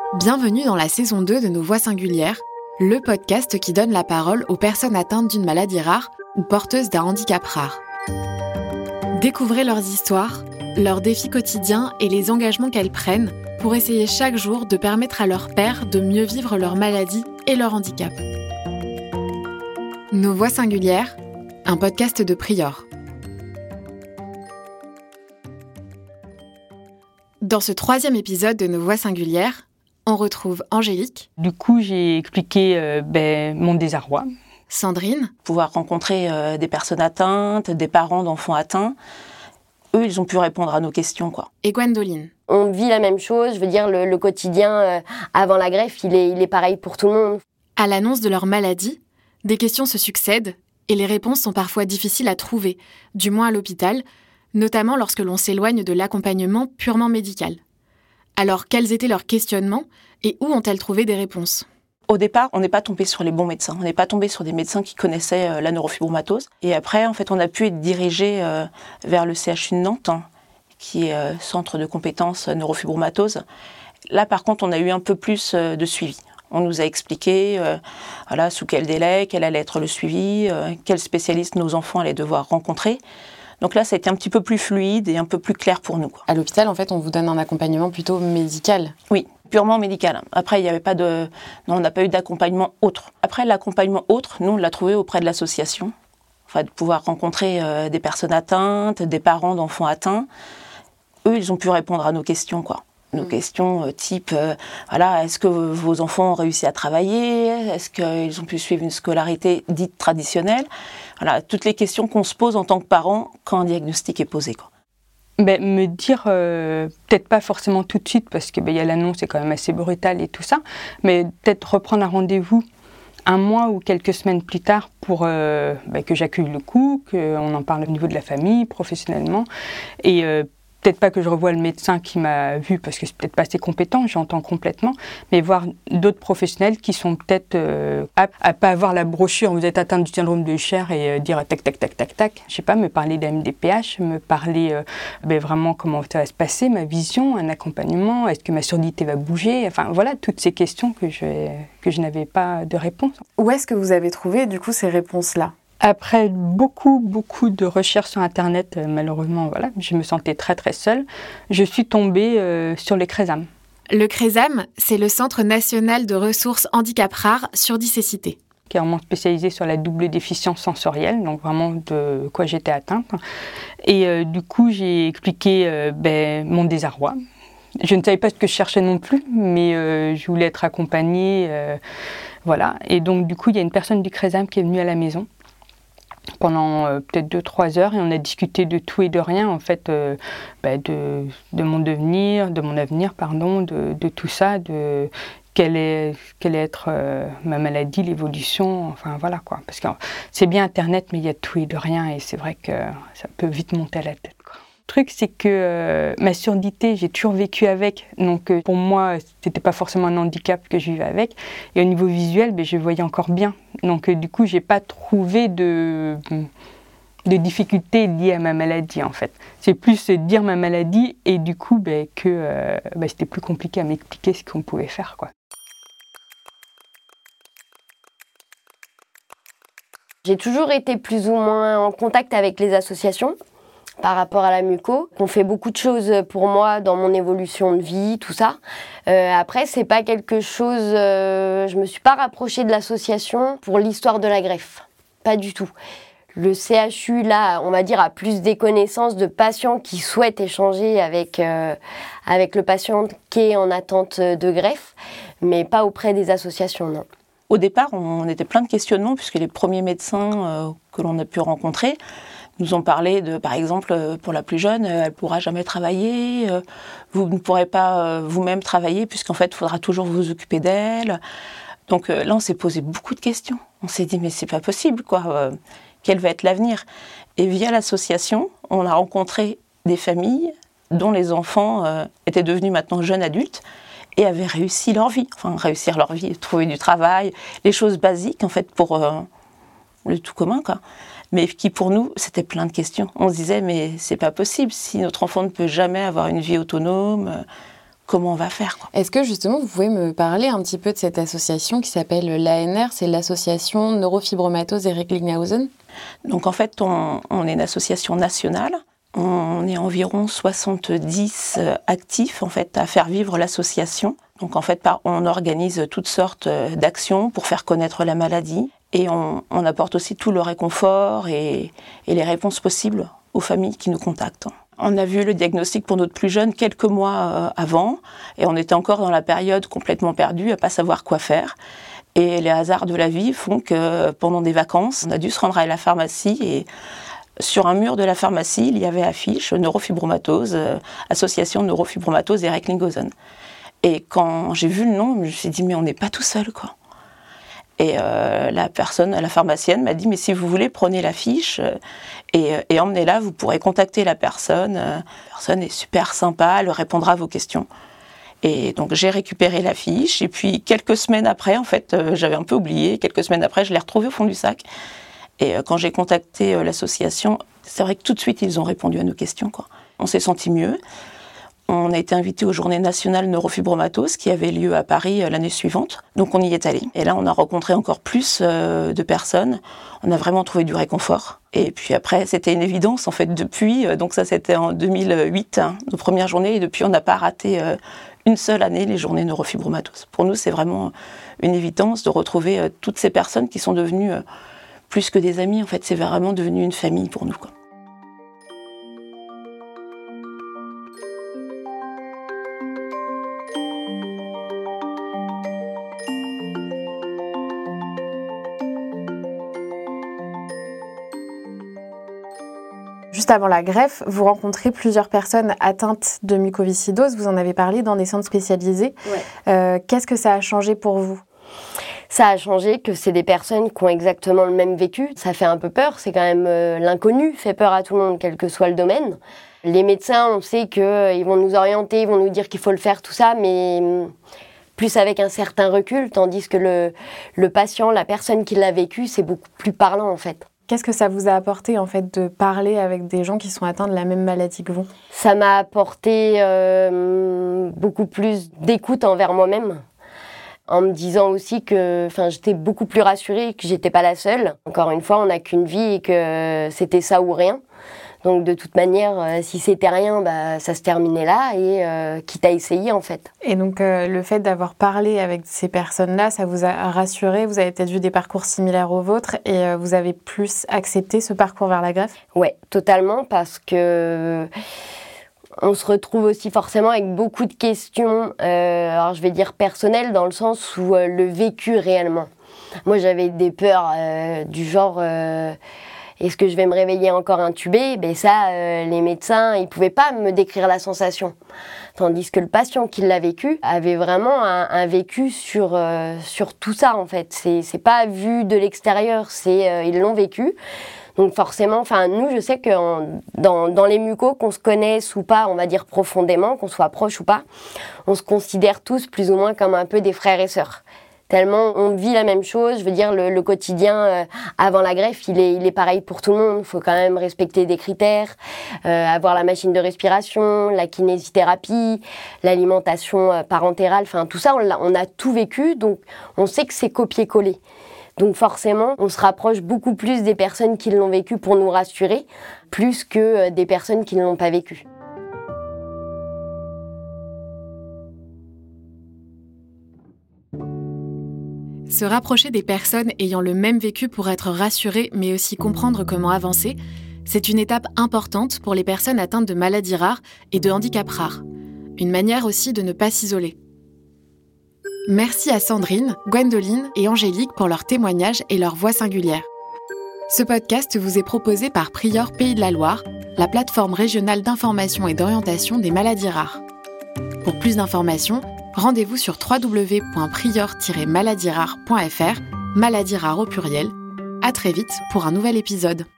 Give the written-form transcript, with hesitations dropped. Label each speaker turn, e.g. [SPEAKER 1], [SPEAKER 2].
[SPEAKER 1] Bienvenue dans la saison 2 de Nos Voix singulières, le podcast qui donne la parole aux personnes atteintes d'une maladie rare ou porteuses d'un handicap rare. Découvrez leurs histoires, leurs défis quotidiens et les engagements qu'elles prennent pour essayer chaque jour de permettre à leurs pairs de mieux vivre leur maladie et leur handicap. Nos Voix singulières, un podcast de Prior. Dans ce 3e épisode de Nos Voix singulières, on retrouve Angélique.
[SPEAKER 2] Du coup, j'ai expliqué mon désarroi.
[SPEAKER 1] Sandrine.
[SPEAKER 3] Pouvoir rencontrer des personnes atteintes, des parents d'enfants atteints. Eux, ils ont pu répondre à nos questions, quoi.
[SPEAKER 1] Et Gwendoline.
[SPEAKER 4] On vit la même chose, je veux dire, le quotidien avant la greffe, il est pareil pour tout le monde.
[SPEAKER 1] À l'annonce de leur maladie, des questions se succèdent et les réponses sont parfois difficiles à trouver, du moins à l'hôpital, notamment lorsque l'on s'éloigne de l'accompagnement purement médical. Alors, quels étaient leurs questionnements et où ont-elles trouvé des réponses ?
[SPEAKER 3] Au départ, on n'est pas tombé sur les bons médecins. On n'est pas tombé sur des médecins qui connaissaient la neurofibromatose. Et après, en fait, on a pu être dirigé vers le CHU de Nantes, qui est centre de compétences neurofibromatose. Là, par contre, on a eu un peu plus de suivi. On nous a expliqué sous quel délai, quel allait être le suivi, quels spécialistes nos enfants allaient devoir rencontrer. Donc là, ça a été un petit peu plus fluide et un peu plus clair pour nous, quoi.
[SPEAKER 1] À l'hôpital, en fait, on vous donne un accompagnement plutôt médical.
[SPEAKER 3] Oui, purement médical. Après, il n'y avait pas de... Non, on n'a pas eu d'accompagnement autre. Après, l'accompagnement autre, nous, on l'a trouvé auprès de l'association. Enfin, de pouvoir rencontrer des personnes atteintes, des parents d'enfants atteints. Eux, ils ont pu répondre à nos questions, quoi. Nos questions type, est-ce que vos enfants ont réussi à travailler ? Est-ce qu'ils ont pu suivre une scolarité dite traditionnelle ? Voilà, toutes les questions qu'on se pose en tant que parents quand un diagnostic est posé, quoi.
[SPEAKER 2] Me dire, peut-être pas forcément tout de suite, parce que y a l'annonce, c'est quand même assez brutal et tout ça, mais peut-être reprendre un rendez-vous un mois ou quelques semaines plus tard pour que j'accueille le coup, qu'on en parle au niveau de la famille, professionnellement, et peut-être pas que je revoie le médecin qui m'a vu, parce que c'est peut-être pas assez compétent, j'entends complètement, mais voir d'autres professionnels qui sont peut-être aptes à pas avoir la brochure, vous êtes atteint du syndrome de Usher et dire tac, tac, tac, tac, tac. Je sais pas, me parler d'AMDPH, me parler vraiment comment ça va se passer, ma vision, un accompagnement, est-ce que ma surdité va bouger, enfin voilà, toutes ces questions que je n'avais pas de réponse.
[SPEAKER 1] Où est-ce que vous avez trouvé du coup ces réponses-là ?
[SPEAKER 2] Après beaucoup de recherches sur Internet, malheureusement, je me sentais très très seule. Je suis tombée sur le CRESAM.
[SPEAKER 1] Le CRESAM, c'est le Centre national de ressources handicap rares surdicécité,
[SPEAKER 2] qui est vraiment spécialisé sur la double déficience sensorielle, donc vraiment de quoi j'étais atteinte. Et du coup, j'ai expliqué mon désarroi. Je ne savais pas ce que je cherchais non plus, mais je voulais être accompagnée. Et donc, du coup, il y a une personne du CRESAM qui est venue à la maison pendant peut-être 2-3 heures et on a discuté de tout et de rien en fait, de mon devenir, de mon avenir, de tout ça, de quelle allait être ma maladie, l'évolution, enfin voilà quoi. Parce que c'est bien Internet mais il y a tout et de rien et c'est vrai que ça peut vite monter à la tête, quoi. Le truc, c'est que ma surdité, j'ai toujours vécu avec. Donc, pour moi, c'était pas forcément un handicap que je vivais avec. Et au niveau visuel, je voyais encore bien. Donc, du coup, j'ai pas trouvé de difficultés liées à ma maladie, en fait. C'est plus dire ma maladie et du coup, que c'était plus compliqué à m'expliquer ce qu'on pouvait faire, quoi.
[SPEAKER 4] J'ai toujours été plus ou moins en contact avec les associations par rapport à la muco, qu'on fait beaucoup de choses pour moi dans mon évolution de vie, tout ça. Après, c'est pas quelque chose... je me suis pas rapprochée de l'association pour l'histoire de la greffe. Pas du tout. Le CHU, là, on va dire, a plus des connaissances de patients qui souhaitent échanger avec le patient qui est en attente de greffe, mais pas auprès des associations, non.
[SPEAKER 3] Au départ, on était plein de questionnements, puisque les premiers médecins que l'on a pu rencontrer nous ont parlé de, par exemple, pour la plus jeune, elle ne pourra jamais travailler, vous ne pourrez pas vous-même travailler, puisqu'en fait, il faudra toujours vous occuper d'elle. Donc là, on s'est posé beaucoup de questions. On s'est dit, mais c'est pas possible, quoi. Quel va être l'avenir ? Et via l'association, on a rencontré des familles dont les enfants étaient devenus maintenant jeunes adultes et avaient réussi leur vie. Enfin, réussir leur vie, trouver du travail, les choses basiques, en fait, pour le tout commun, quoi. Mais qui, pour nous, c'était plein de questions. On se disait, mais c'est pas possible. Si notre enfant ne peut jamais avoir une vie autonome, comment on va faire, quoi.
[SPEAKER 1] Est-ce que justement vous pouvez me parler un petit peu de cette association qui s'appelle l'ANR, c'est l'association Neurofibromatose et Recklinghausen?
[SPEAKER 3] Donc en fait, on est une association nationale. On est environ 70 actifs en fait à faire vivre l'association. Donc en fait, on organise toutes sortes d'actions pour faire connaître la maladie et on apporte aussi tout le réconfort et les réponses possibles aux familles qui nous contactent. On a vu le diagnostic pour notre plus jeune quelques mois avant et on était encore dans la période complètement perdue à pas savoir quoi faire. Et les hasards de la vie font que pendant des vacances, on a dû se rendre à la pharmacie et sur un mur de la pharmacie, il y avait affiche neurofibromatose, association neurofibromatose et Recklinghausen. Et quand j'ai vu le nom, je me suis dit mais on n'est pas tout seul, quoi. Et la pharmacienne m'a dit mais si vous voulez prenez l'affiche et emmenez-la, vous pourrez contacter la personne. La personne est super sympa, elle répondra à vos questions. Et donc j'ai récupéré l'affiche et puis quelques semaines après, en fait, j'avais un peu oublié. Quelques semaines après, je l'ai retrouvée au fond du sac. Et quand j'ai contacté l'association, c'est vrai que tout de suite, ils ont répondu à nos questions, quoi. On s'est senti mieux. On a été invité aux Journées nationales neurofibromatose qui avaient lieu à Paris l'année suivante. Donc on y est allé. Et là, on a rencontré encore plus de personnes. On a vraiment trouvé du réconfort. Et puis après, c'était une évidence, en fait, depuis. Donc ça, c'était en 2008, nos premières journées. Et depuis, on n'a pas raté une seule année les Journées neurofibromatose. Pour nous, c'est vraiment une évidence de retrouver toutes ces personnes qui sont devenues plus que des amis. En fait, c'est vraiment devenu une famille pour nous, quoi.
[SPEAKER 1] Juste avant la greffe, vous rencontrez plusieurs personnes atteintes de mucoviscidose. Vous en avez parlé dans des centres spécialisés. Ouais. Qu'est-ce que ça a changé pour vous ?
[SPEAKER 4] Ça a changé que c'est des personnes qui ont exactement le même vécu. Ça fait un peu peur, c'est quand même l'inconnu fait peur à tout le monde, quel que soit le domaine. Les médecins, on sait qu'ils vont nous orienter, ils vont nous dire qu'il faut le faire, tout ça, mais plus avec un certain recul, tandis que le patient, la personne qui l'a vécu, c'est beaucoup plus parlant en fait.
[SPEAKER 1] Qu'est-ce que ça vous a apporté en fait de parler avec des gens qui sont atteints de la même maladie que vous ?
[SPEAKER 4] Ça m'a apporté beaucoup plus d'écoute envers moi-même, en me disant aussi que j'étais beaucoup plus rassurée, que j'étais pas la seule. Encore une fois, on n'a qu'une vie et que c'était ça ou rien. Donc de toute manière, si c'était rien, ça se terminait là et quitte à essayer en fait.
[SPEAKER 1] Et donc le fait d'avoir parlé avec ces personnes-là, ça vous a rassuré ? Vous avez peut-être vu des parcours similaires aux vôtres et vous avez plus accepté ce parcours vers la greffe ?
[SPEAKER 4] Ouais, totalement, parce que on se retrouve aussi forcément avec beaucoup de questions, alors je vais dire personnelles, dans le sens où le vécu réellement. Moi j'avais des peurs du genre... Est-ce que je vais me réveiller encore intubée ? Ça, les médecins, ils pouvaient pas me décrire la sensation. Tandis que le patient qui l'a vécu avait vraiment un vécu sur tout ça, en fait. C'est pas vu de l'extérieur, ils l'ont vécu. Donc forcément, nous, je sais que dans les mucos, qu'on se connaisse ou pas, on va dire profondément, qu'on soit proche ou pas, on se considère tous plus ou moins comme un peu des frères et sœurs. Tellement on vit la même chose, je veux dire le quotidien avant la greffe il est pareil pour tout le monde, il faut quand même respecter des critères, avoir la machine de respiration, la kinésithérapie, l'alimentation parentérale, tout ça on a tout vécu, donc on sait que c'est copier-coller. Donc forcément on se rapproche beaucoup plus des personnes qui l'ont vécu pour nous rassurer, plus que des personnes qui ne l'ont pas vécu.
[SPEAKER 1] Se rapprocher des personnes ayant le même vécu pour être rassurées, mais aussi comprendre comment avancer, c'est une étape importante pour les personnes atteintes de maladies rares et de handicaps rares. Une manière aussi de ne pas s'isoler. Merci à Sandrine, Gwendoline et Angélique pour leurs témoignages et leur voix singulière. Ce podcast vous est proposé par Prior Pays de la Loire, la plateforme régionale d'information et d'orientation des maladies rares. Pour plus d'informations, rendez-vous sur www.prior-maladiesrares.fr, maladies rares au pluriel. À très vite pour un nouvel épisode.